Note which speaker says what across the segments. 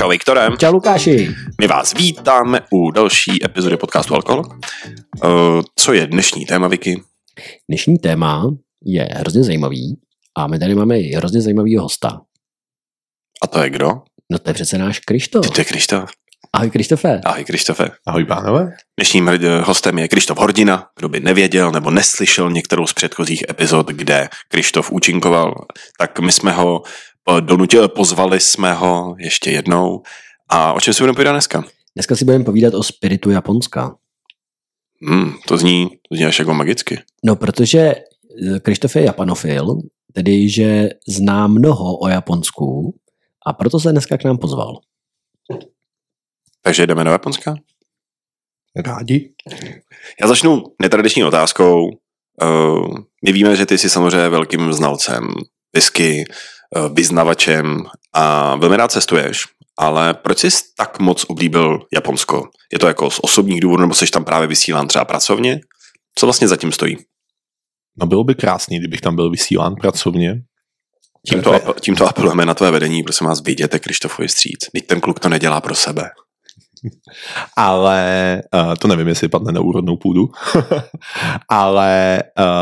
Speaker 1: Čau Viktore.
Speaker 2: Čau Lukáši.
Speaker 1: My vás vítáme u další epizody podcastu Alkohol. Co je dnešní téma, Vicky?
Speaker 2: Dnešní téma je hrozně zajímavý a my tady máme i hrozně zajímavýho hosta.
Speaker 1: A to je kdo?
Speaker 2: No to je přece náš Krištof.
Speaker 1: To je Krištof.
Speaker 2: Ahoj Krištofe.
Speaker 1: Ahoj Krištofe.
Speaker 3: Ahoj pánové.
Speaker 1: Dnešním hostem je Krištof Hordina, kdo by nevěděl nebo neslyšel některou z předchozích epizod, kde Krištof účinkoval, tak my jsme ho donutili, pozvali jsme ho ještě jednou. A o čem si budeme povídat dneska?
Speaker 2: Dneska si budeme povídat o spiritu Japonska.
Speaker 1: To zní až jako magicky.
Speaker 2: No, protože Krištof je japanofil, tedy že zná mnoho o Japonsku a proto se dneska k nám pozval.
Speaker 1: Takže jdeme do Japonska?
Speaker 3: Rádi.
Speaker 1: Já začnu netradiční otázkou. My víme, že ty jsi samozřejmě velkým znalcem whisky, vyznavačem a velmi rád cestuješ, ale proč jsi tak moc oblíbil Japonsko? Je to jako z osobních důvodů, nebo jsi tam právě vysílán třeba pracovně? Co vlastně zatím stojí?
Speaker 3: No bylo by krásný, kdybych tam byl vysílán pracovně.
Speaker 1: Tímto apelujeme na tvé vedení, prosím vás, vyjděte Krištofovi vstříc. Teď ten kluk to nedělá pro sebe.
Speaker 3: Ale to nevím, jestli padne na úrodnou půdu. Ale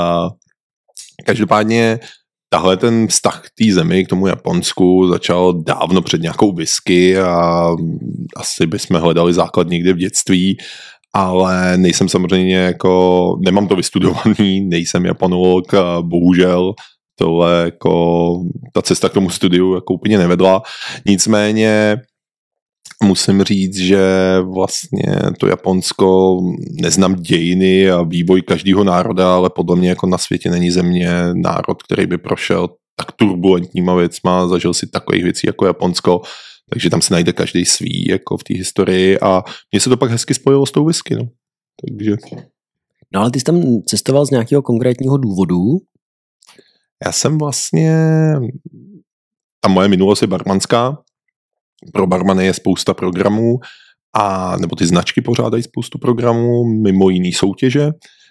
Speaker 3: každopádně tahle ten vztah k té zemi, k tomu Japonsku začal dávno před nějakou whisky a asi bychom hledali základ někde v dětství, ale nejsem samozřejmě jako, nemám to vystudovaný, nejsem japanolog, bohužel tohle jako, ta cesta k tomu studiu jako úplně nevedla. Nicméně musím říct, že vlastně to Japonsko, neznám dějiny a vývoj každého národa, ale podle mě jako na světě není země, národ, který by prošel tak turbulentníma věcma, zažil si takových věcí jako Japonsko, takže tam se najde každý svý jako v té historii a mně se to pak hezky spojilo s tou whisky, no. Takže.
Speaker 2: No ale ty jsi tam cestoval z nějakého konkrétního důvodu?
Speaker 3: Já jsem vlastně, ta moje minulost je barmanská, pro barmany je spousta programů, a nebo ty značky pořádají spoustu programů, mimo jiný soutěže.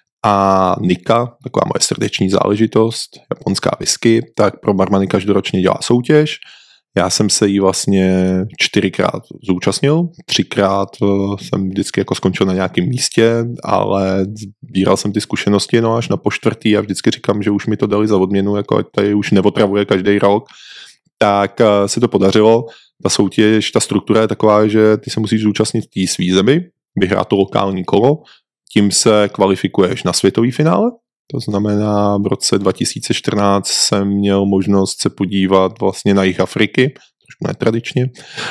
Speaker 3: A Nikka, taková moje srdeční záležitost, japonská whisky, tak pro barmany každoročně dělá soutěž. Já jsem se jí vlastně 4krát zúčastnil, 3krát jsem vždycky jako skončil na nějakém místě, ale sbíral jsem ty zkušenosti, no až na po4. a vždycky říkám, že už mi to dali za odměnu, jako tady už neotravuje každý rok. Tak se to podařilo. Ta soutěž, ta struktura je taková, že ty se musíš zúčastnit v té svý zemi, vyhrát to lokální kolo, tím se kvalifikuješ na světový finále. To znamená, v roce 2014 jsem měl možnost se podívat vlastně na jih Afriky, trošku netradičně,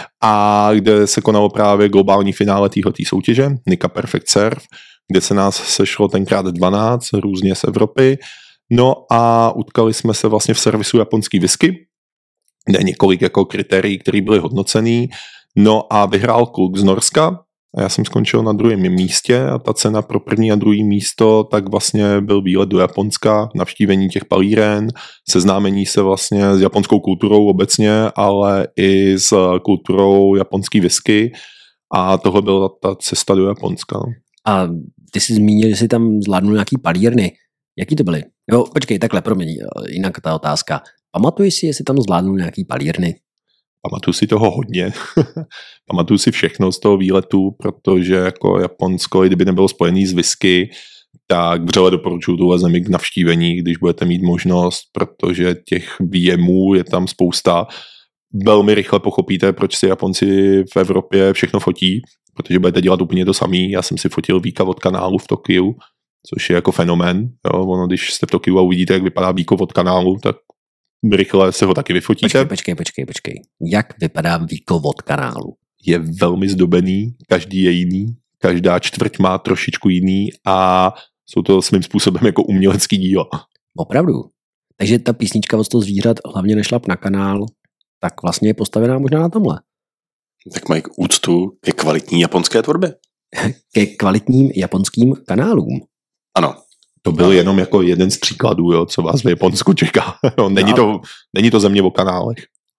Speaker 3: a kde se konalo právě globální finále téhletý soutěže, Nikka Perfect Serve, kde se nás sešlo tenkrát 12, různě z Evropy. No a utkali jsme se vlastně v servisu japonský whisky, kde je několik jako kritérií, které byly hodnocený. No a vyhrál kluk z Norska a já jsem skončil na druhém místě a ta cena pro první a druhý místo tak vlastně byl výlet do Japonska, navštívení těch palíren, seznámení se vlastně s japonskou kulturou obecně, ale i s kulturou japonský whisky a tohle byla ta cesta do Japonska. No.
Speaker 2: A ty jsi zmínil, že jsi tam zvládnul nějaký palírny. Jaký to byly? Jo, počkej, takhle, promiň, jinak ta otázka. Pamatuješ si, jestli tam zvládnul nějaký palírny?
Speaker 3: Pamatuju si toho hodně. Pamatuju si všechno z toho výletu, protože jako Japonsko, i kdyby nebylo spojený s whisky, tak vřele doporučuji tuhle zemi k navštívení, když budete mít možnost, protože těch výjemů je tam spousta. Velmi rychle pochopíte, proč si Japonci v Evropě všechno fotí, protože budete dělat úplně to samý. Já jsem si fotil víka od kanálu v Tokiu, což je jako fenomén. Jo? Ono, když jste v Tokiu a uvidíte, jak vypadá víko od kanálu, tak rychle se ho taky vyfotíte.
Speaker 2: Počkej. Jak vypadá víko od kanálu?
Speaker 3: Je velmi zdobený, každý je jiný, každá čtvrť má trošičku jiný a jsou to svým způsobem jako umělecký dílo.
Speaker 2: Opravdu? Takže ta písnička od toho zvířat hlavně nešlap na kanál, tak vlastně je postavená možná na tomhle.
Speaker 1: Tak mají úctu ke kvalitní japonské tvorbě.
Speaker 2: Ke kvalitním japonským kanálům.
Speaker 1: Ano.
Speaker 3: To byl jenom jako jeden z příkladů, jo, co vás v Japonsku čeká. Není to země o kanálech.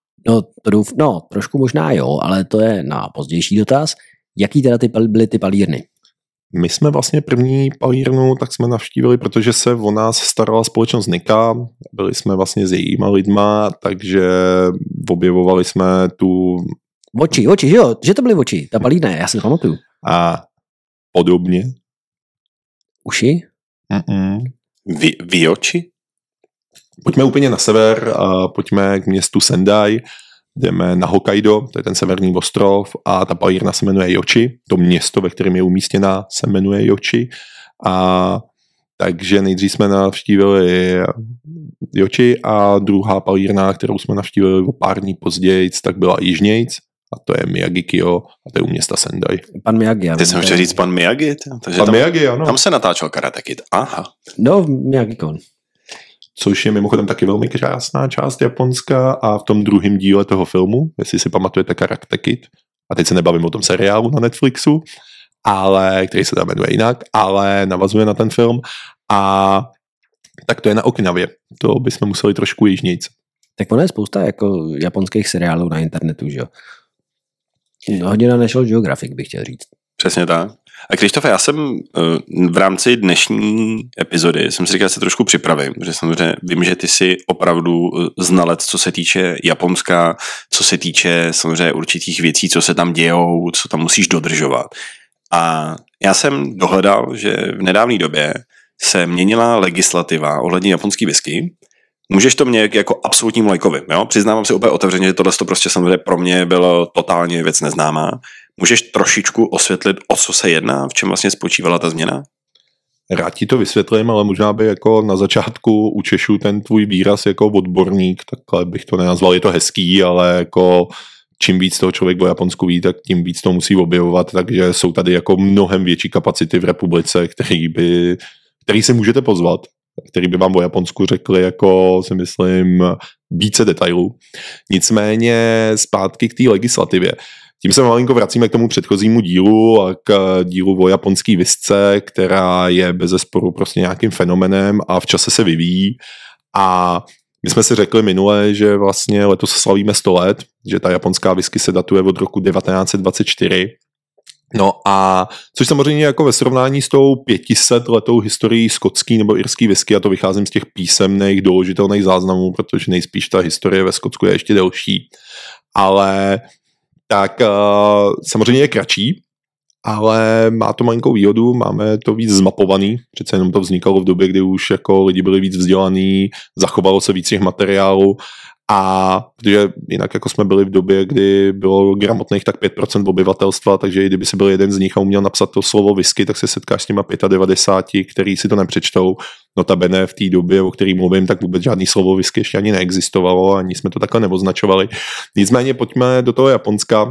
Speaker 2: No, trošku možná jo, ale to je na pozdější dotaz. Jaký teda byly ty palírny?
Speaker 3: My jsme vlastně první palírnu tak jsme navštívili, protože se o nás starala společnost Nikka, byli jsme vlastně s jejíma lidma, takže objevovali jsme tu
Speaker 2: Oči, že jo? Že to byly oči. Ta palírna, já si to pamatuju.
Speaker 3: A podobně.
Speaker 2: Uši?
Speaker 1: Vy oči?
Speaker 3: Pojďme úplně na sever, pojďme k městu Sendai, jdeme na Hokkaido, to je ten severní ostrov a ta palírna se jmenuje Yochi, to město, ve kterém je umístěná, se jmenuje Yochi a takže nejdřív jsme navštívili Yochi a druhá palírna, kterou jsme navštívili o pár dní později, tak byla jižnějc a to je Miyagi-Kyo a to je u města Sendai.
Speaker 2: Pan Miyagi.
Speaker 1: Ty jsem chtěl říct pan Miyagi. Takže
Speaker 3: pan Miyagi, ano.
Speaker 1: Tam se natáčel Karate Kid. Aha.
Speaker 2: No, Miyagi-Kon.
Speaker 3: Což je mimochodem taky velmi krásná část Japonska a v tom druhém díle toho filmu, jestli si pamatujete Karate Kid, a teď se nebavím o tom seriálu na Netflixu, ale, který se tam jmenuje jinak, ale navazuje na ten film a tak to je na Okinavě. To bychom museli trošku jižnějc.
Speaker 2: Tak ono je spousta jako japonských seriálů na internetu, že jo? Hodně na National Geographic bych chtěl říct.
Speaker 1: Přesně tak. A Krištofe, já jsem v rámci dnešní epizody jsem si říkal, že se trošku připravím, protože samozřejmě vím, že ty jsi opravdu znalec, co se týče Japonska, co se týče samozřejmě určitých věcí, co se tam dějou, co tam musíš dodržovat. A já jsem dohledal, že v nedávné době se měnila legislativa ohledně japonský whisky. Můžeš to mě jako absolutním lajkovi, jo? Přiznávám si úplně otevřeně, že tohle to prostě samozřejmě pro mě bylo totálně věc neznámá. Můžeš trošičku osvětlit, o co se jedná, v čem vlastně spočívala ta změna?
Speaker 3: Rád ti to vysvětlím, ale možná by jako na začátku učešu ten tvůj výraz jako odborník, takhle bych to nenazval, je to hezký, ale jako čím víc toho člověk o Japonsku ví, tak tím víc to musí objevovat, takže jsou tady jako mnohem větší kapacity v republice, který si můžete pozvat, který by vám o Japonsku řekli jako si myslím více detailů. Nicméně zpátky k té legislativě. Tím se malinko vracíme k tomu předchozímu dílu a k dílu o japonský whisce, která je bezesporu prostě nějakým fenomenem a v čase se vyvíjí. A my jsme si řekli minule, že vlastně letos slavíme 100 let, že ta japonská whisky se datuje od roku 1924. No a což samozřejmě jako ve srovnání s tou 500 letou historií skotský nebo irský whisky, a to vycházím z těch písemných doložitelných záznamů, protože nejspíš ta historie ve Skotsku je ještě delší, ale tak samozřejmě je kratší, ale má to malinkou výhodu, máme to víc zmapovaný, přece jenom to vznikalo v době, kdy už jako lidi byli víc vzdělaný, zachovalo se víc těch materiálů a protože jinak jako jsme byli v době, kdy bylo gramotných tak 5% obyvatelstva, takže i kdyby si byl jeden z nich a uměl napsat to slovo whisky, tak se setkáš s těma 95, který si to nepřečtou. Notabene v té době, o který mluvím, tak vůbec žádný slovo whisky ještě ani neexistovalo, ani jsme to takhle neoznačovali. Nicméně pojďme do toho Japonska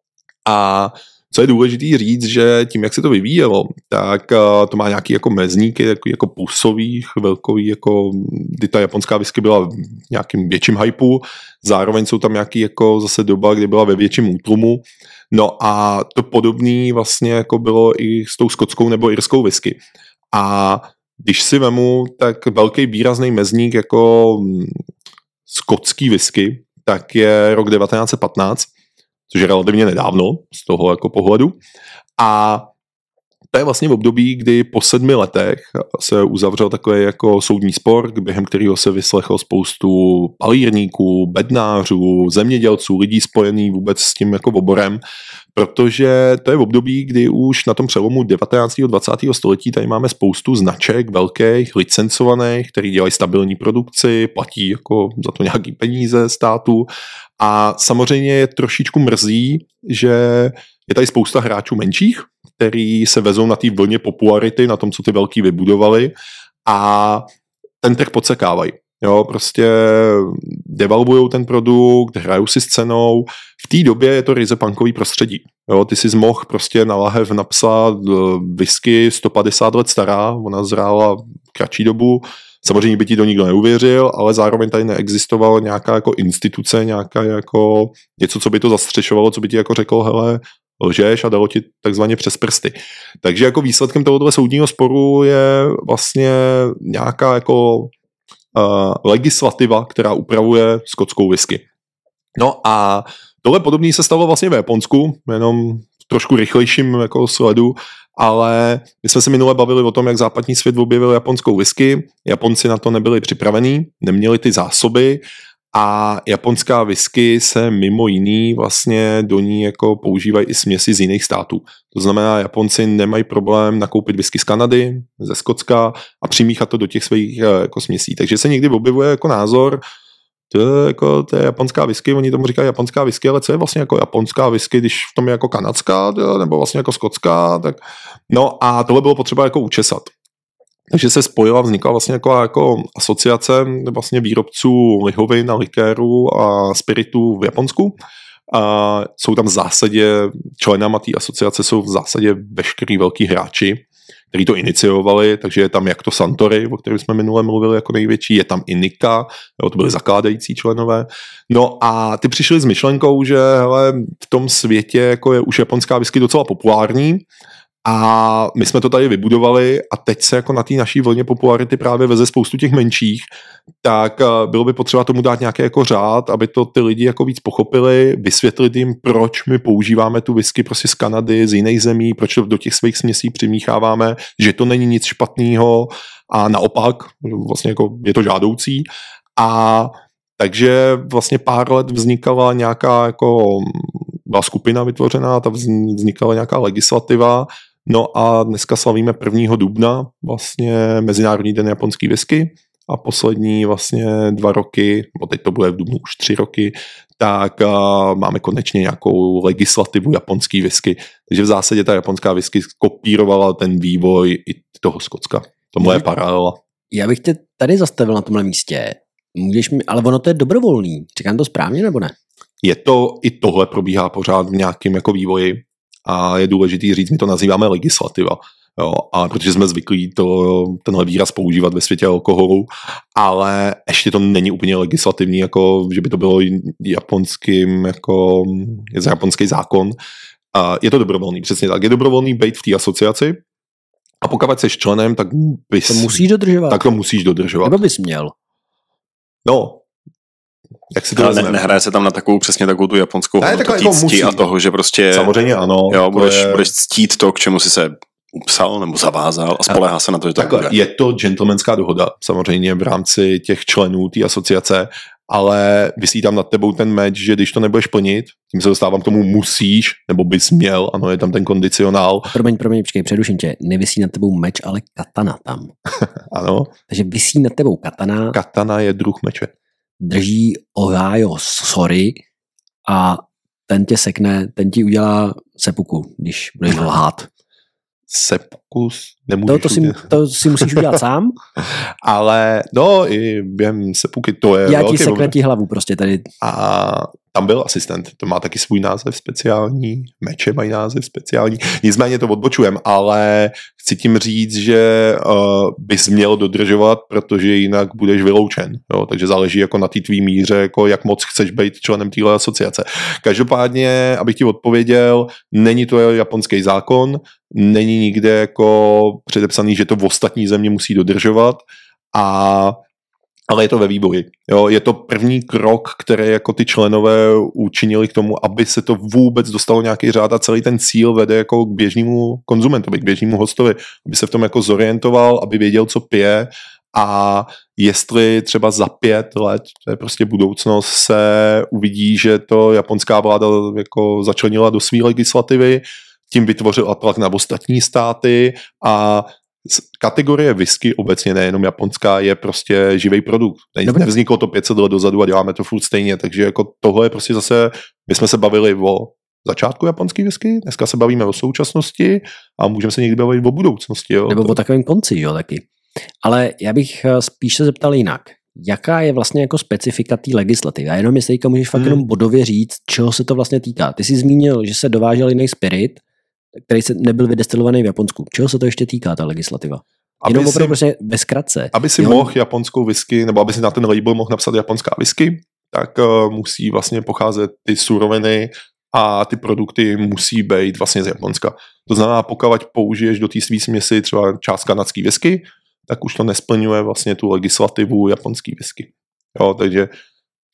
Speaker 3: a co je důležitý říct, že tím, jak se to vyvíjelo, tak to má nějaký jako mezníky, jako pulsový, velkový, jako kdy ta japonská whisky byla v nějakým větším hypeu, zároveň jsou tam nějaký jako zase doba, kdy byla ve větším útlumu. No a to podobný vlastně jako bylo i s tou skotskou nebo irskou whisky. A když si vemu, tak velký výrazný mezník jako skotský whisky, tak je rok 1915, což je relativně nedávno z toho jako pohledu. A to je vlastně v období, kdy po 7 letech se uzavřel takový jako soudní spor, během kterého se vyslechlo spoustu palírníků, bednářů, zemědělců, lidí spojených vůbec s tím jako oborem, protože to je v období, kdy už na tom přelomu 19. a 20. století tady máme spoustu značek velkých, licencovaných, který dělají stabilní produkci, platí jako za to nějaký peníze státu a samozřejmě je trošičku mrzí, že je tady spousta hráčů menších, který se vezou na té vlně popularity, na tom, co ty velký vybudovali a ten trh podsekávají. Jo, prostě devalvujou ten produkt, hrajou si s cenou. V té době je to ryze punkový prostředí. Jo, ty jsi mohl prostě na lahev napsat whisky 150 let stará, ona zrála kratší dobu. Samozřejmě by ti to nikdo neuvěřil, ale zároveň tady neexistovala nějaká jako instituce, nějaká jako něco, co by to zastřešovalo, co by ti jako řeklo, hele, lžeš a dalo ti takzvaně přes prsty. Takže jako výsledkem tohoto soudního sporu je vlastně nějaká jako legislativa, která upravuje skotskou whisky. No a tohle podobný se stalo vlastně v Japonsku, jenom v trošku rychlejším jako sledu, ale my jsme se minule bavili o tom, jak západní svět objevil japonskou whisky. Japonci na to nebyli připravení, neměli ty zásoby A japonská whisky se mimo jiný vlastně do ní jako používají i směsi z jiných států. To znamená, Japonci nemají problém nakoupit whisky z Kanady, ze Skotska a přimíchat to do těch svých jako směsí. Takže se někdy objevuje jako názor, to je japonská whisky, oni tomu říkají japonská whisky, ale co je vlastně jako japonská whisky, když v tom je jako kanadská, nebo vlastně jako skotská, tak no a tohle bylo potřeba jako učesat. Takže se spojila, vznikla vlastně jako asociace vlastně výrobců lihovin a likéru a spiritů v Japonsku. A jsou tam v zásadě, členama té asociace jsou v zásadě veškerý velký hráči, kteří to iniciovali, takže je tam jak to Suntory, o kterém jsme minule mluvili jako největší, je tam i Nikka, to byli zakládající členové. No a ty přišli s myšlenkou, že hele, v tom světě jako je už japonská whisky docela populární, a my jsme to tady vybudovali a teď se jako na té naší vlně popularity právě veze spoustu těch menších, tak bylo by potřeba tomu dát nějaký jako řád, aby to ty lidi jako víc pochopili, vysvětlit jim, proč my používáme tu whisky prostě z Kanady, z jiných zemí, proč to do těch svých směsí přimícháváme, že to není nic špatného a naopak, vlastně jako je to žádoucí. A takže vlastně pár let vznikala nějaká jako byla skupina vytvořená, ta vznikala nějaká legislativa. No a dneska slavíme 1. dubna vlastně Mezinárodní den japonský whisky a poslední vlastně 2 roky, bo teď to bude v dubnu už 3 roky, tak máme konečně nějakou legislativu japonský whisky. Takže v zásadě ta japonská whisky kopírovala ten vývoj i toho Skotska. Tohle je paralela.
Speaker 2: Já bych tě tady zastavil na tomhle místě. Ale ono to je dobrovolný. Říkám to správně nebo ne?
Speaker 3: Je to, i tohle probíhá pořád v nějakém jako vývoji a je důležitý říct, my to nazýváme legislativa, jo, a protože jsme zvyklí tenhle výraz používat ve světě alkoholu, ale ještě to není úplně legislativní, jako že by to bylo japonským, jako je japonský zákon. A je to dobrovolný, přesně tak. Je dobrovolný být v té asociaci a pokud jsi členem, tak
Speaker 2: to musíš dodržovat.
Speaker 3: Tak to musíš dodržovat.
Speaker 2: Nebo bys měl.
Speaker 3: No, jak si to
Speaker 1: nehraje se tam na přesně takovou tu japonskou hodnotu
Speaker 3: jako musí.
Speaker 1: A toho, že prostě
Speaker 3: samozřejmě ano.
Speaker 1: Jo, budeš ctít to, k čemu si se upsal nebo zavázal a spoléhá se na to, že to
Speaker 3: bude. Je to gentlemanská dohoda samozřejmě v rámci těch členů té asociace, ale visí tam nad tebou ten meč, že když to nebudeš plnit, tím se dostávám k tomu musíš, nebo bys měl, ano, je tam ten kondicionál.
Speaker 2: Promiň, počkej, předuším tě, nevisí nad tebou meč, ale katana tam.
Speaker 3: Ano.
Speaker 2: Takže visí nad tebou katana.
Speaker 3: Katana je druh meče. Drží
Speaker 2: Ohio Sorry a ten tě sekne, ten ti udělá seppuku, když budeš lhát.
Speaker 3: Seppuku nemůžeš
Speaker 2: to si musíš udělat sám.
Speaker 3: Ale no i během seppuky to je
Speaker 2: já ti sekne ti hlavu prostě tady.
Speaker 3: A tam byl asistent, to má taky svůj název speciální, meče mají název speciální, nicméně to odbočujem, ale chci tím říct, že bys měl dodržovat, protože jinak budeš vyloučen, jo? Takže záleží jako na té tvý míře, jako jak moc chceš být členem téhle asociace. Každopádně, abych ti odpověděl, není to japonský zákon, není nikde jako předepsaný, že to v ostatní země musí dodržovat, ale je to ve vývoji. Jo, je to první krok, který jako ty členové učinili k tomu, aby se to vůbec dostalo nějaký řád a celý ten cíl vede jako k běžnému konzumentovi, k běžnému hostovi, aby se v tom jako zorientoval, aby věděl, co pije a jestli třeba za 5 let, to je prostě budoucnost, se uvidí, že to japonská vláda jako začlenila do své legislativy, tím vytvořila tlak na ostatní státy a kategorie whisky obecně, nejenom japonská, je prostě živý produkt. Nevzniklo to 500 let dozadu a děláme to furt stejně, takže jako tohle je prostě zase, my jsme se bavili o začátku japonský whisky, dneska se bavíme o současnosti a můžeme se někdy bavit o budoucnosti. Jo.
Speaker 2: Nebo o takovém konci, jo, taky. Ale já bych spíš se zeptal jinak. Jaká je vlastně jako specifika té legislativy? A jenom jestli můžeš fakt jenom bodově říct, čeho se to vlastně týká. Ty jsi zmínil, že se dovážel jiný spirit, který se nebyl vydestilovaný v Japonsku. Čeho se to ještě týká, ta legislativa? Jenom opravdu prostě ve zkratce.
Speaker 3: Aby si mohl japonskou whisky, nebo aby si na ten label mohl napsat japonská whisky, tak musí vlastně pocházet ty suroviny a ty produkty musí být vlastně z Japonska. To znamená, pokud použiješ do té svý směsi třeba část kanadský whisky, tak už to nesplňuje vlastně tu legislativu japonský whisky. Jo, takže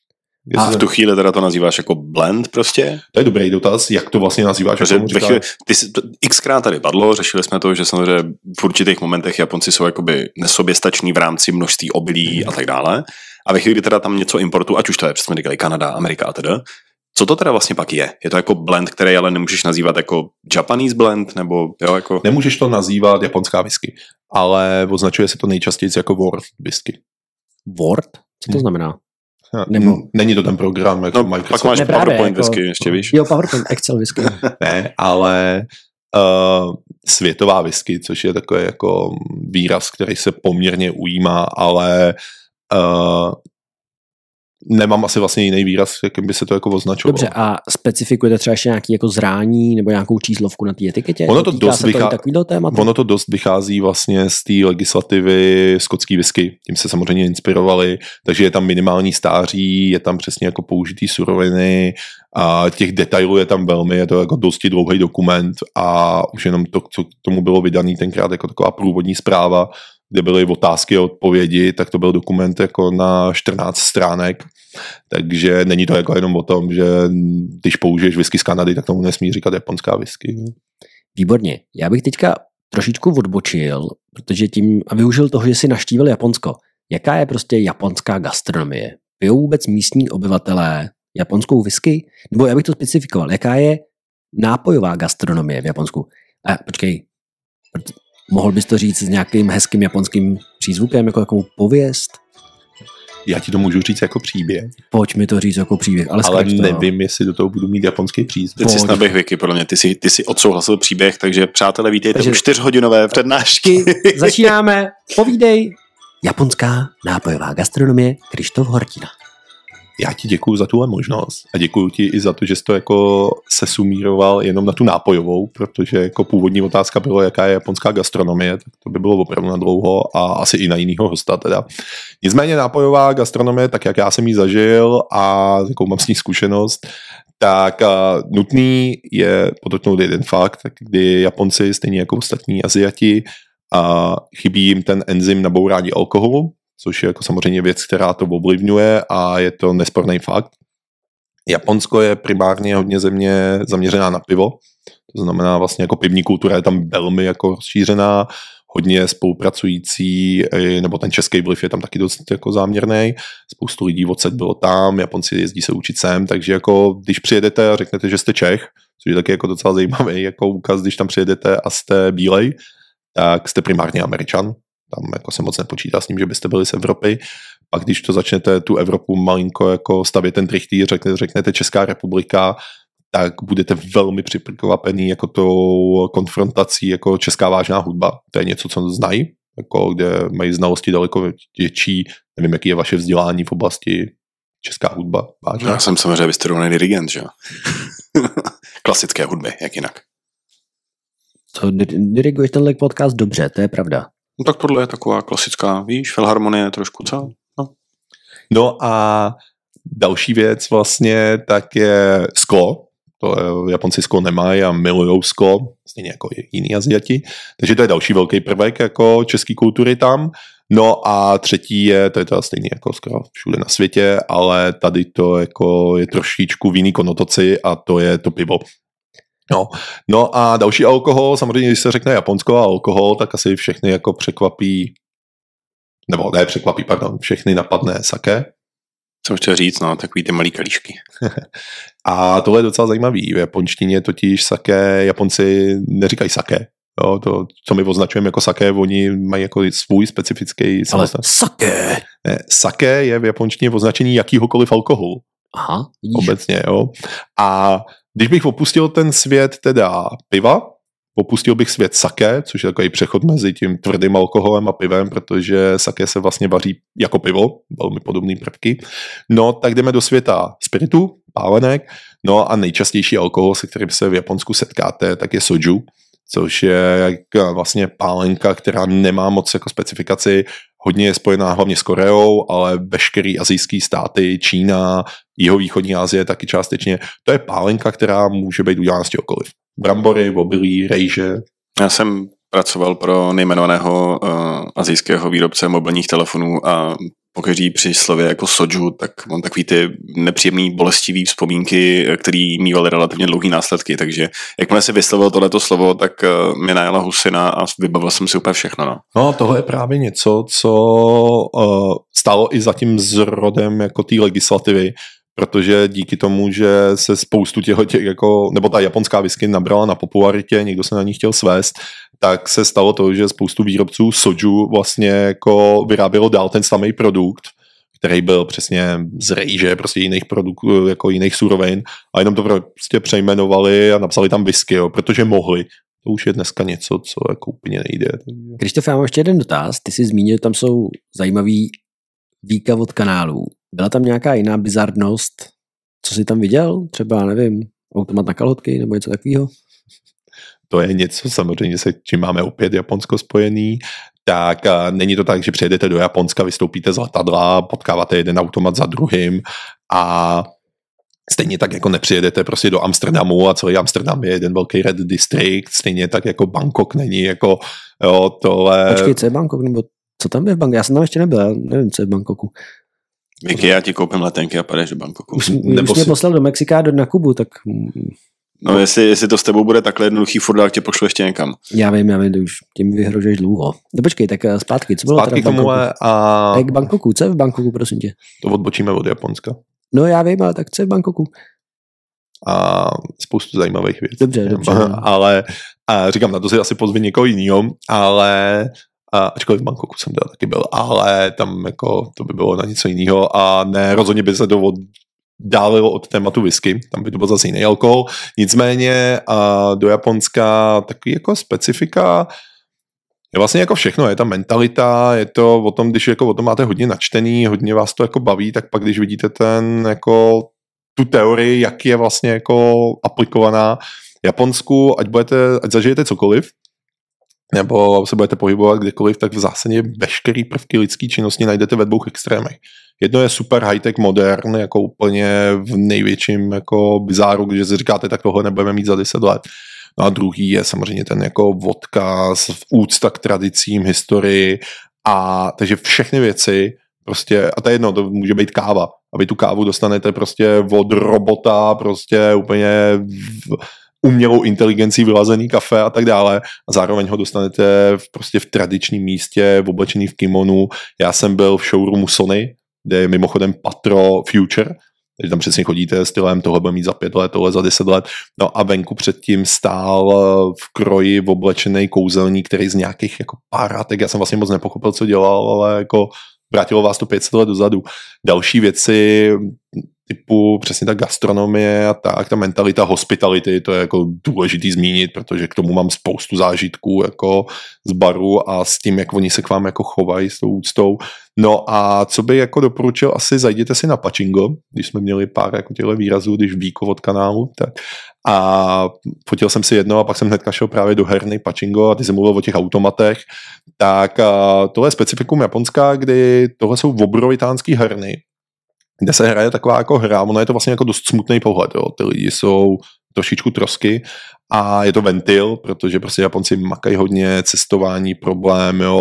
Speaker 1: A v tu chvíli teda to nazýváš jako blend prostě?
Speaker 3: To je dobrý dotaz, jak to vlastně nazýváš?
Speaker 1: Xkrát tady padlo, řešili jsme to, že samozřejmě v určitých momentech Japonci jsou jakoby nesoběstační v rámci množství obilí a tak dále. A ve chvíli, kdy teda tam něco importu, ať už to je, jsme říkali Kanada, Amerika a teda, co to teda vlastně pak je? Je to jako blend, který ale nemůžeš nazývat jako Japanese blend, nebo jo, jako...
Speaker 3: Nemůžeš to nazývat japonská whisky, ale označuje se to nejčastěji jako wort whisky.
Speaker 2: Wort? Co to znamená?
Speaker 3: Nebo... Není to ten program, jako Microsoft.
Speaker 1: Pak máš PowerPoint whisky, ještě víš?
Speaker 2: Jo, PowerPoint, Excel whisky.
Speaker 3: Ne, ale světová whisky, což je takový jako výraz, který se poměrně ujímá, ale nemám asi vlastně jiný výraz, jakým by se to jako označovalo.
Speaker 2: Dobře, a specifikujete třeba ještě nějaký jako zrání nebo nějakou číslovku na té etiketě?
Speaker 3: Ono to dost vychází vlastně z té legislativy skotský whisky, tím se samozřejmě inspirovali, takže je tam minimální stáří, je tam přesně jako použitý suroviny a těch detailů je tam velmi, je to jako dosti dlouhý dokument a už jenom to, co k tomu bylo vydaný tenkrát jako taková průvodní zpráva, kde byly otázky a odpovědi, tak to byl dokument jako na 14 stránek, takže není to jako jenom o tom, že když použiješ whisky z Kanady, tak tomu nesmí říkat japonská whisky.
Speaker 2: Výborně. Já bych teďka trošičku odbočil, protože tím a využil toho, že si navštívil Japonsko. Jaká je prostě japonská gastronomie? Pijou vůbec místní obyvatelé japonskou whisky? Nebo já bych to specifikoval. Jaká je nápojová gastronomie v Japonsku? Počkej, mohl bys to říct s nějakým hezkým japonským přízvukem, jako takovou pověst?
Speaker 3: Já ti to můžu říct jako příběh.
Speaker 2: Pojď mi to říct jako příběh. Ale
Speaker 3: nevím, jestli do toho budu mít japonský přízvuk.
Speaker 1: Teď jsi naběh Vicky, podle mě. Ty jsi odsouhlasil příběh, takže přátelé, vítejte u 4hodinové přednášky.
Speaker 2: Začínáme. Povídej. Japonská nápojová gastronomie Krištof Hortina.
Speaker 3: Já ti děkuju za tuhle možnost a děkuju ti i za to, že jsi to jako sesumíroval jenom na tu nápojovou, protože jako původní otázka bylo, jaká je japonská gastronomie, tak to by bylo opravdu na dlouho a asi i na jinýho hosta teda. Nicméně nápojová gastronomie, tak jak já jsem ji zažil a jakou mám s ní zkušenost, tak nutný je podotknout jeden fakt, kdy Japonci, stejně jako ostatní Aziati, chybí jim ten enzym na bourání alkoholu, což je jako samozřejmě věc, která to ovlivňuje a je to nesporný fakt. Japonsko je primárně hodně země zaměřená na pivo, to znamená vlastně jako pivní kultura je tam velmi jako rozšířená, hodně spolupracující, nebo ten český vliv je tam taky dost jako záměrný, spoustu lidí odset bylo tam, Japonci jezdí se učit sem, takže jako když přijedete a řeknete, že jste Čech, což je taky jako docela zajímavý jako úkaz, když tam přijedete a jste bílej, tak jste primárně Američan. Tam jako se moc nepočítá s tím, že byste byli z Evropy. Pak když to začnete tu Evropu malinko jako stavět ten trichtýř, řeknete Česká republika, tak budete velmi překvapený jako tou konfrontací jako česká vážná hudba. To je něco, co znají, jako kde mají znalosti daleko větší. Nevím, jaký je vaše vzdělání v oblasti česká hudba. Vážná.
Speaker 1: Já jsem samozřejmě vystudovaný dirigent, že jo? Klasické hudby, jak jinak.
Speaker 2: To diriguješ tenhle podcast dobře, to je pravda.
Speaker 1: No tak tohle je taková klasická, víš, filharmonie trošku, co?
Speaker 3: No a další věc vlastně tak je sklo. To Japonci sklo nemají a milujou sklo, stejně jako i jiní Aziati. Takže to je další velký prvek jako české kultury tam. No a třetí je, to je teda stejně jako skoro všude na světě, ale tady to jako je trošičku v jiný konotaci a to je to pivo. No a další alkohol, samozřejmě, když se řekne Japonsko a alkohol, tak asi všechny jako překvapí, nebo ne překvapí, pardon, všechny napadne sake.
Speaker 1: Co chtěl říct, no, takový ty malý kalíšky.
Speaker 3: A tohle je docela zajímavý. V japonštině totiž sake, Japonci neříkají sake. Jo, to, co my označujeme jako sake, oni mají jako svůj specifický...
Speaker 2: Ale sake!
Speaker 3: Ne, sake je v japonštině označení jakýhokoliv alkoholu.
Speaker 2: Aha, vidíš.
Speaker 3: Obecně, jo. A když bych opustil ten svět teda piva, opustil bych svět sake, což je takový přechod mezi tím tvrdým alkoholem a pivem, protože sake se vlastně vaří jako pivo, velmi podobný prvky. No, tak jdeme do světa spiritu, pálenek, no a nejčastější alkohol, se kterým se v Japonsku setkáte, tak je soju, což je vlastně pálenka, která nemá moc jako specifikaci, hodně je spojená hlavně s Koreou, ale veškerý asijský státy, Čína, jihovýchodní Asie taky částečně, to je pálenka, která může být udělána z čehokoliv. Brambory, obilí, rejže.
Speaker 1: Já jsem pracoval pro nejmenovaného asijského výrobce mobilních telefonů a pokaždý při slově jako soju, tak mám takový ty nepříjemný, bolestivý vzpomínky, který mývaly relativně dlouhý následky, takže jakmile si vyslovil tohleto slovo, tak mě najela husina a vybavil jsem si úplně všechno.
Speaker 3: No, tohle je právě něco, co stálo i za tím zrodem jako té legislativy, protože díky tomu, že se spoustu těch jako, nebo ta japonská whisky nabrala na popularitě, někdo se na ní chtěl svést, tak se stalo to, že spoustu výrobců soju vlastně jako vyrábělo dál ten samý produkt, který byl přesně z rejže, prostě jiných produktů, jako jiných surovin, a jenom to prostě přejmenovali a napsali tam whisky, jo, protože mohli. To už je dneska něco, co jako úplně nejde.
Speaker 2: Krištof, já mám ještě jeden dotaz. Ty jsi zmínil, že tam jsou zajímavý víka od kanálů. Byla tam nějaká jiná bizarnost? Co jsi tam viděl? Třeba, nevím, automat na kalhotky nebo něco takového?
Speaker 3: To je něco, samozřejmě se čím máme opět Japonsko spojený, tak není to tak, že přijedete do Japonska, vystoupíte z letadla, potkáváte jeden automat za druhým a stejně tak jako nepřijedete prostě do Amsterdamu a celý Amsterdam je jeden velký red district, stejně tak jako Bangkok není jako jo, tohle.
Speaker 2: Počkej, co je Bangkok, nebo co tam je v Bangkoku? Já jsem tam ještě nebyl, já nevím, co je v Bangkoku.
Speaker 1: Vicky, já ti koupím letenky a padeš do Bangkoku.
Speaker 2: Už mě poslal do Mexika na Kubu, tak...
Speaker 1: No, jestli to s tebou bude takhle jednoduchý, furt dál tě pošlu ještě někam.
Speaker 2: Já vím, ty už tím vyhrožuješ dlouho. No počkej, tak zpátky, co bylo
Speaker 3: zpátky
Speaker 2: teda v Bangkoku?
Speaker 3: A
Speaker 2: k Bangkoku, co je v Bangkoku, prosím tě?
Speaker 3: To odbočíme od Japonska.
Speaker 2: No já vím, ale tak co je v Bangkoku?
Speaker 3: A spoustu zajímavých věcí.
Speaker 2: Dobře.
Speaker 3: Ale říkám, na to si asi pozvi někoho jinýho, ale ačkoliv v Bangkoku jsem teda taky byl, ale tam jako to by bylo na něco jiného a ne, rozhodně by se to dálilo od tématu whisky, tam by to byl zase jiný alkohol, nicméně do Japonska takový jako specifika je vlastně jako všechno, je ta mentalita, je to o tom, když jako o tom máte hodně načtený, hodně vás to jako baví, tak pak když vidíte tu teorii, jak je vlastně jako aplikovaná v Japonsku, ať zažijete cokoliv, nebo se budete pohybovat kdekoliv, tak v zásadě veškerý prvky lidské činnosti najdete ve dvou extrémech. Jedno je super high-tech modern, jako úplně v největším jako bizáru, když si říkáte, tak tohle nebudeme mít za 10 let. No a druhý je samozřejmě ten jako odkaz, úcta k tradicím, historii a takže všechny věci prostě, a to je jedno, to může být káva. A vy tu kávu dostanete prostě od robota, prostě úplně umělou inteligencí vylazený kafe a tak dále a zároveň ho dostanete prostě v tradičním místě, oblečený v kimonu. Já jsem byl v showroomu Sony, kde je mimochodem Patro Future, takže tam přesně chodíte stylem, tohle bude mít za 5 let, tohle za 10 let. No a venku předtím stál v kroji oblečený kouzelník, který z nějakých jako párátek, já jsem vlastně moc nepochopil, co dělal, ale jako vrátilo vás to 500 let dozadu. Další věci typu přesně ta gastronomie a tak, ta mentalita hospitality, to je jako důležitý zmínit, protože k tomu mám spoustu zážitků jako z baru a s tím, jak oni se k vám jako chovají s tou úctou. No a co bych jako doporučil, asi zajděte si na Pachingo, když jsme měli pár jako těchto výrazů, když víko od kanálu, tak a fotil jsem si jedno a pak jsem hnedka šel právě do herny Pachingo a ty jsem mluvil o těch automatech, tak tohle je specifikum Japonska, kdy tohle jsou obrovitánský herny, kde se hraje taková jako hra, ono je to vlastně jako dost smutný pohled, jo. Ty lidi jsou trošičku trosky a je to ventil, protože prostě Japonci makají hodně, cestování, problém, jo,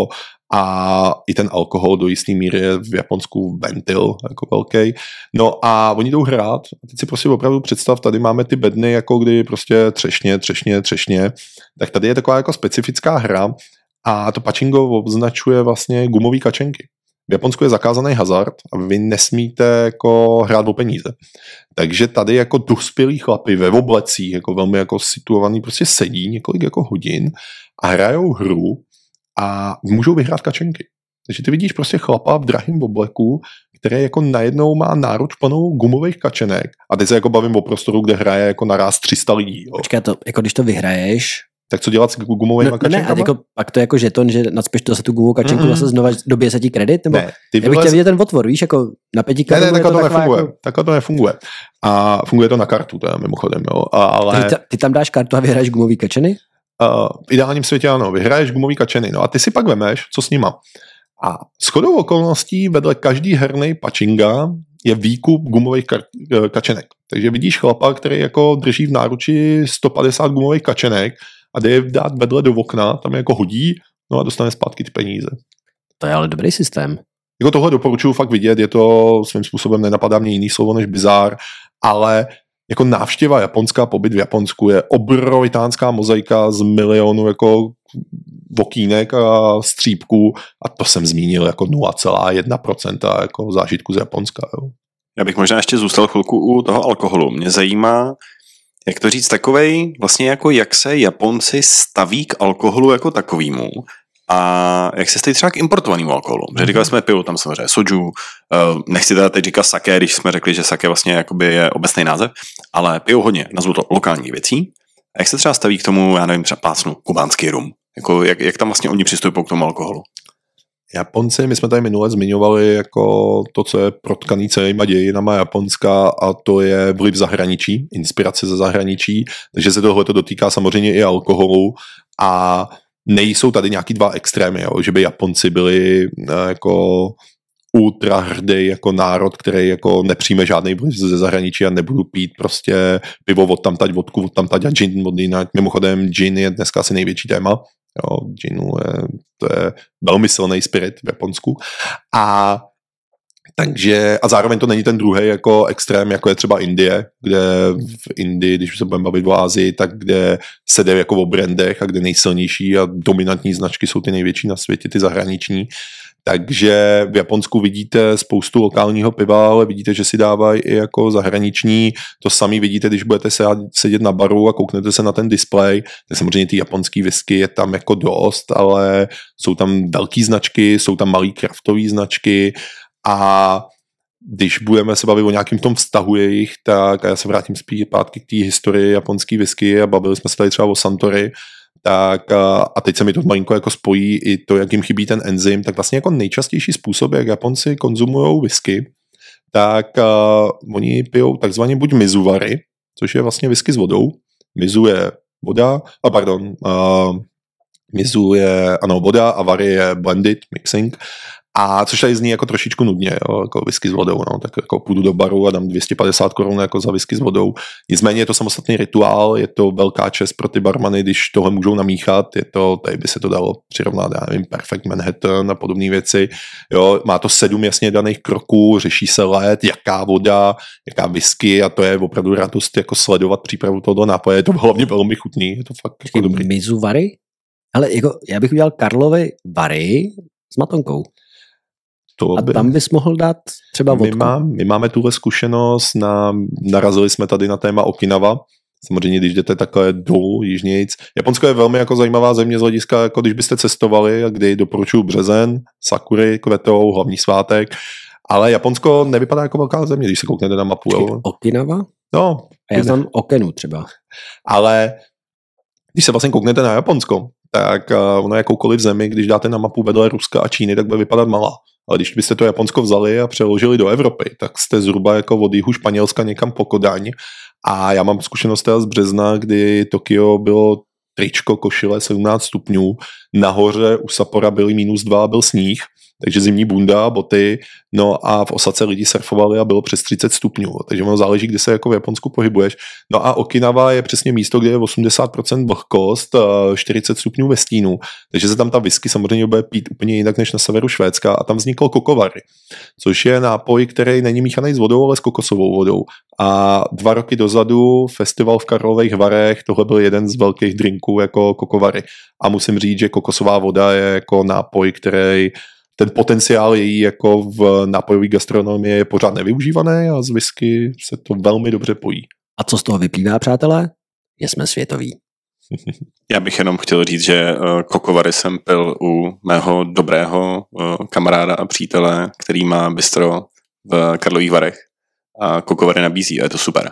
Speaker 3: a i ten alkohol do jistý míry je v Japonsku ventil, jako velký. No a oni jdou hrát a teď si prostě opravdu představ, tady máme ty bedny, jako kdy prostě třešně, tak tady je taková jako specifická hra a to Pachingo označuje vlastně gumový kačenky. V Japonsku je zakázaný hazard a vy nesmíte jako hrát o peníze. Takže tady jako dospělí chlapi ve oblecích, jako velmi jako situovaný, prostě sedí několik jako hodin a hrajou hru a můžou vyhrát kačenky. Takže ty vidíš prostě chlapa v drahém obleku, který jako najednou má náruč plnou gumových kačenek a teď se jako bavím o prostoru, kde hraje jako naraz 300 lidí. Jo.
Speaker 2: Počkej, to, jako když to vyhraješ,
Speaker 3: tak co dělat s gumovými kačenkama?
Speaker 2: Ne, jako, pak to je jako žeton, že nacpeš to za tu gumovou kačenku, zase znova dobije se ti kredit? Nebo
Speaker 3: ne,
Speaker 2: já bych chtěl vidět ten otvor, víš, jako na 5 kartu.
Speaker 3: Ne, takhle to nefunguje. Jako... Takhle to nefunguje. A funguje to na kartu, teda mimochodem. Jo. Ale...
Speaker 2: Ty tam dáš kartu a vyhraješ gumový kačeny?
Speaker 3: V ideálním světě ano, vyhraješ gumový kačeny. No a ty si pak vemeš, co s nima. A shodou okolností vedle každý herny Pachinga je výkup gumových kačenek. Takže vidíš chlapa, který jako drží v náruči 150 gumových kačenek a jde je dát vedle do okna, tam je jako hodí, no a dostane zpátky ty peníze.
Speaker 2: To je ale dobrý systém.
Speaker 3: jako tohle doporučuji fakt vidět, je to svým způsobem, nenapadá mě jiný slovo než bizár, ale jako návštěva Japonska, pobyt v Japonsku je obrovitánská mozaika z milionu jako okýnek a střípků a to jsem zmínil jako 0,1% jako zážitku z Japonska. Jo.
Speaker 1: Já bych možná ještě zůstal chvilku u toho alkoholu. Mě zajímá, jak to říct, takovej vlastně jako jak se Japonci staví k alkoholu jako takovýmu a jak se staví třeba k importovanému alkoholu. Že říkali jsme pivo, tam samozřejmě soju, nechci teda teď říkat sake, když jsme řekli, že sake vlastně jakoby je obecný název, ale pijou hodně, nazvu to lokální věcí. A jak se třeba staví k tomu, já nevím, třeba plácnu kubánský rum? Jako jak tam vlastně oni přistupují k tomu alkoholu?
Speaker 3: Japonci, my jsme tady minule zmiňovali jako to, co je protkaný celýma dějinama Japonska a to je vliv zahraničí, inspirace ze zahraničí, takže se tohle dotýká samozřejmě i alkoholu a nejsou tady nějaký dva extrémy, jo, že by Japonci byli jako ultra hrdý jako národ, který jako nepřijme žádný vliv ze zahraničí a nebudu pít prostě pivo od tamtať, vodku od tamtať a gin od jinak. Mimochodem gin je dneska asi největší téma. Jo, ginu to je velmi silný spirit v Japonsku. A takže, a zároveň to není ten druhý jako extrém, jako je třeba Indie, kde v Indii, když se budeme bavit o Asii, tak kde se jde jako o brandech a kde nejsilnější a dominantní značky jsou ty největší na světě, ty zahraniční. Takže v Japonsku vidíte spoustu lokálního piva, ale vidíte, že si dávají i jako zahraniční. To samý vidíte, když budete sedět na baru a kouknete se na ten displej. Samozřejmě ty japonský whisky je tam jako dost, ale jsou tam velký značky, jsou tam malý kraftové značky a když budeme se bavit o nějakým tom vztahu jejich, tak a já se vrátím zpátky k té historii japonský whisky a bavili jsme se tady třeba o Suntory, tak a teď se mi to malinko jako spojí i to, jak jim chybí ten enzym, tak vlastně jako nejčastější způsob, jak Japonci konzumujou whisky, tak oni pijou takzvaně buď mizuvary, což je vlastně whisky s vodou. Mizu je voda, mizu je voda a vary je blended, mixing. A což tady zní jako trošičku nudně, jo, jako whisky s vodou, no, tak jako půjdu do baru a dám 250 korun jako za whisky s vodou. Nicméně je to samostatný rituál, je to velká čest pro ty barmany, když tohle můžou namíchat, je to, tady by se to dalo přirovnat, já nevím, Perfect Manhattan a podobné věci, jo, má to 7 jasně daných kroků, řeší se let, jaká voda, jaká whisky a to je opravdu radost jako sledovat přípravu tohoto nápoje, je to hlavně velmi chutný, je to fakt jako dobrý.
Speaker 2: Mizu vary? Ale jako, já bych udělal Karlovy vary s matonkou. Tam bys mohl dát třeba vodku.
Speaker 3: My máme tuhle zkušenost, narazili jsme tady na téma Okinawa. Samozřejmě, když jdete takhle dolů, jižnějc. Japonsko je velmi jako zajímavá země z hlediska, jako když byste cestovali, kdy doporučuji březen, sakury kvetou, hlavní svátek, ale Japonsko nevypadá jako velká země, když se kouknete na mapu. Jo.
Speaker 2: Okinawa?
Speaker 3: No.
Speaker 2: A já znám Okenu třeba.
Speaker 3: Ale když se vlastně kouknete na Japonsko, tak ono jakoukoliv zemi, když dáte na mapu vedle Ruska a Číny, tak bude vypadat malá. Ale když byste to Japonsko vzali a přeložili do Evropy, tak jste zhruba jako od jihu Španělska někam po Kodaň. A já mám zkušenost teda z března, kdy Tokio bylo tričko, košile 17 stupňů, nahoře u Sappora byly -2 a byl sníh, takže zimní bunda, boty, no a v Osace lidi surfovali a bylo přes 30 stupňů, takže ono záleží, kde se jako v Japonsku pohybuješ. No a Okinawa je přesně místo, kde je 80% vlhkost, 40 stupňů ve stínu, takže se tam ta whisky samozřejmě bude pít úplně jinak než na severu Švédska a tam vznikl kokovary, což je nápoj, který není míchaný s vodou, ale s kokosovou vodou. A 2 roky dozadu festival v Karlových Varech, tohle byl jeden z velkých drinků jako kokovary. A musím říct, že kokosová voda je jako nápoj, který ten potenciál její jako v nápojové gastronomii je pořád nevyužívaný a z whisky se to velmi dobře pojí.
Speaker 2: A co z toho vyplývá, přátelé? Že jsme světoví.
Speaker 1: Já bych jenom chtěl říct, že kokovary jsem pil u mého dobrého kamaráda a přítele, který má bistro v Karlových Varech a kokovary nabízí a je to super.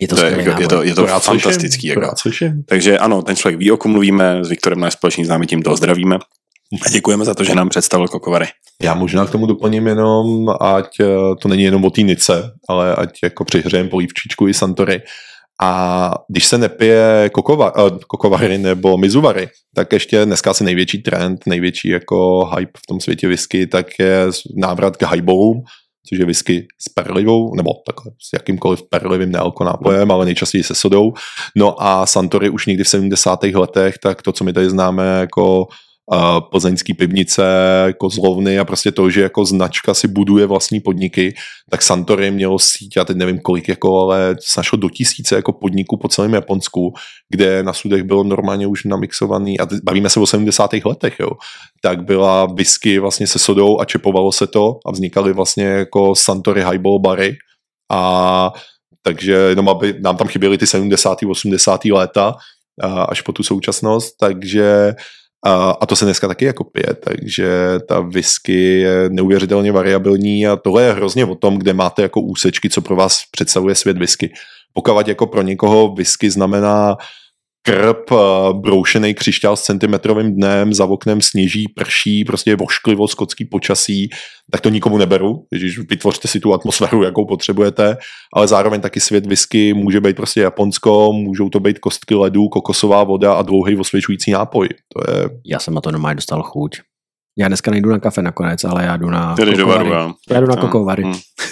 Speaker 1: Je to fantastický. Takže ano, ten člověk ví, o kom mluvíme, s Viktorem náš společný známý, tím toho zdravíme. A děkujeme za to, že nám představil kokovary.
Speaker 3: Já možná k tomu doplním jenom, ať to není jenom o té nice, ale ať jako přihřejeme polívčičku i Suntory. A když se nepije kokovary nebo mizuvary, tak ještě dneska asi největší trend, největší jako hype v tom světě whisky, tak je návrat k highballům, což je whisky s perlivou, nebo takhle s jakýmkoliv perlivým nealko nápojem, ale nejčastěji se sodou. No a Suntory už někdy v 70. letech, tak to, co my tady známe jako plzeňský pivnice, kozlovny a prostě to, že jako značka si buduje vlastní podniky, tak Suntory mělo síť, já teď nevím kolik, jako, ale našlo do 1000 jako podniků po celém Japonsku, kde na sudech bylo normálně už namixovaný, a bavíme se o 70. letech, jo, tak byla whisky vlastně se sodou a čepovalo se to a vznikaly vlastně jako Suntory highball bary a takže jenom aby nám tam chyběly ty 70. 80. léta až po tu současnost, takže a to se dneska taky jako pije, takže ta whisky je neuvěřitelně variabilní a tohle je hrozně o tom, kde máte jako úsečky, co pro vás představuje svět whisky. Pokud jako pro někoho whisky znamená krb, broušený křišťál s centimetrovým dnem, za oknem sněží, prší, prostě je vošklivo, skotský počasí, tak to nikomu neberu, když vytvořte si tu atmosféru, jakou potřebujete, ale zároveň taky svět whisky může být prostě Japonsko, můžou to být kostky ledu, kokosová voda a dlouhý osvěžující nápoj. To je...
Speaker 2: Já jsem na to normálně dostal chuť. Já dneska nejdu na kafe nakonec, ale já jdu na
Speaker 1: kokovary.
Speaker 2: Já jdu na kokovary.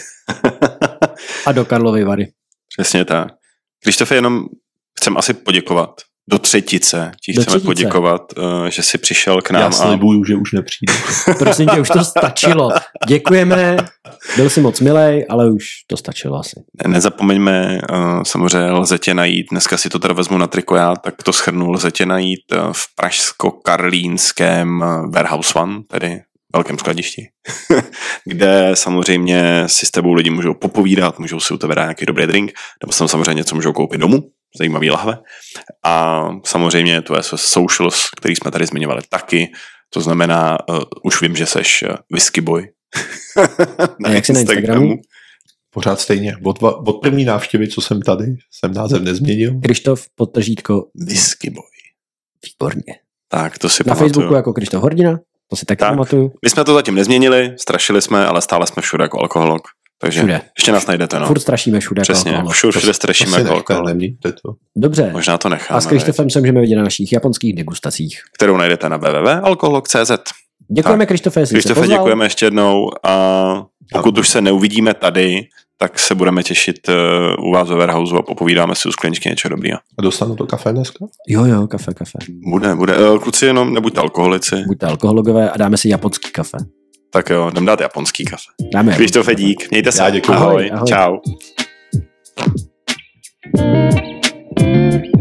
Speaker 2: A do Karlovy Vary.
Speaker 1: Přesně tak. Krištofe, jenom chcem asi poděkovat. Do třetice chceme poděkovat, že jsi přišel k nám.
Speaker 3: Já slibuju, že už nepřijdu.
Speaker 2: Prosím tě, už to stačilo. Děkujeme, byl jsi moc milej, ale už to stačilo asi.
Speaker 1: Nezapomeňme, samozřejmě lze tě najít, dneska si to teda vezmu na triko já, tak to shrnu, lze tě najít v pražsko-karlínském Warehouse One, tedy velkém skladišti, kde samozřejmě si s tebou lidi můžou popovídat, můžou si u tebe dát nějaký dobrý drink, nebo tam samozřejmě něco můžou koupit domů, zajímavý lahve. A samozřejmě tvoje socials, který jsme tady zmiňovali taky, to znamená, už vím, že seš whisky boy.
Speaker 2: A jak jsi na Instagramu?
Speaker 3: Pořád stejně. Od první návštěvy, co jsem tady, jsem název nezměnil.
Speaker 2: Krištof _
Speaker 1: whisky boy.
Speaker 2: Výborně.
Speaker 1: Tak, to si
Speaker 2: na
Speaker 1: pamatuju.
Speaker 2: Facebooku jako Krištof Hordina, to si taky pamatuju.
Speaker 1: My jsme to zatím nezměnili, strašili jsme, ale stále jsme všude jako alkoholok. Takže všude. Ještě nás najdete, no.
Speaker 2: Furt strašíme všude
Speaker 1: přesně,
Speaker 2: jako alkoholok.
Speaker 1: Všude strašíme jako alkoholok.
Speaker 2: Dobře.
Speaker 1: Možná to necháme.
Speaker 2: A s Krištofem se můžeme vidět na našich japonských degustacích.
Speaker 1: Kterou najdete na www.alkoholok.cz.
Speaker 2: Děkujeme Krištofe, jestli jsi pozval.
Speaker 1: Děkujeme ještě jednou a pokud už se neuvidíme tady, tak se budeme těšit u vás ve Warehouse a popovídáme si u skleničky něco dobrýho.
Speaker 3: A dostanu to kafe dneska?
Speaker 2: Jo, kafe.
Speaker 1: Bude. Kluci, jenom nebuďte alkoholici.
Speaker 2: Buďte alkohologové a dáme si japonský kafe.
Speaker 1: Tak jo, jdem dát japonský kafe.
Speaker 2: Dáme.
Speaker 1: Krištofe, dík. Mějte se.
Speaker 3: Já děkuji.
Speaker 1: Ahoj. Čau.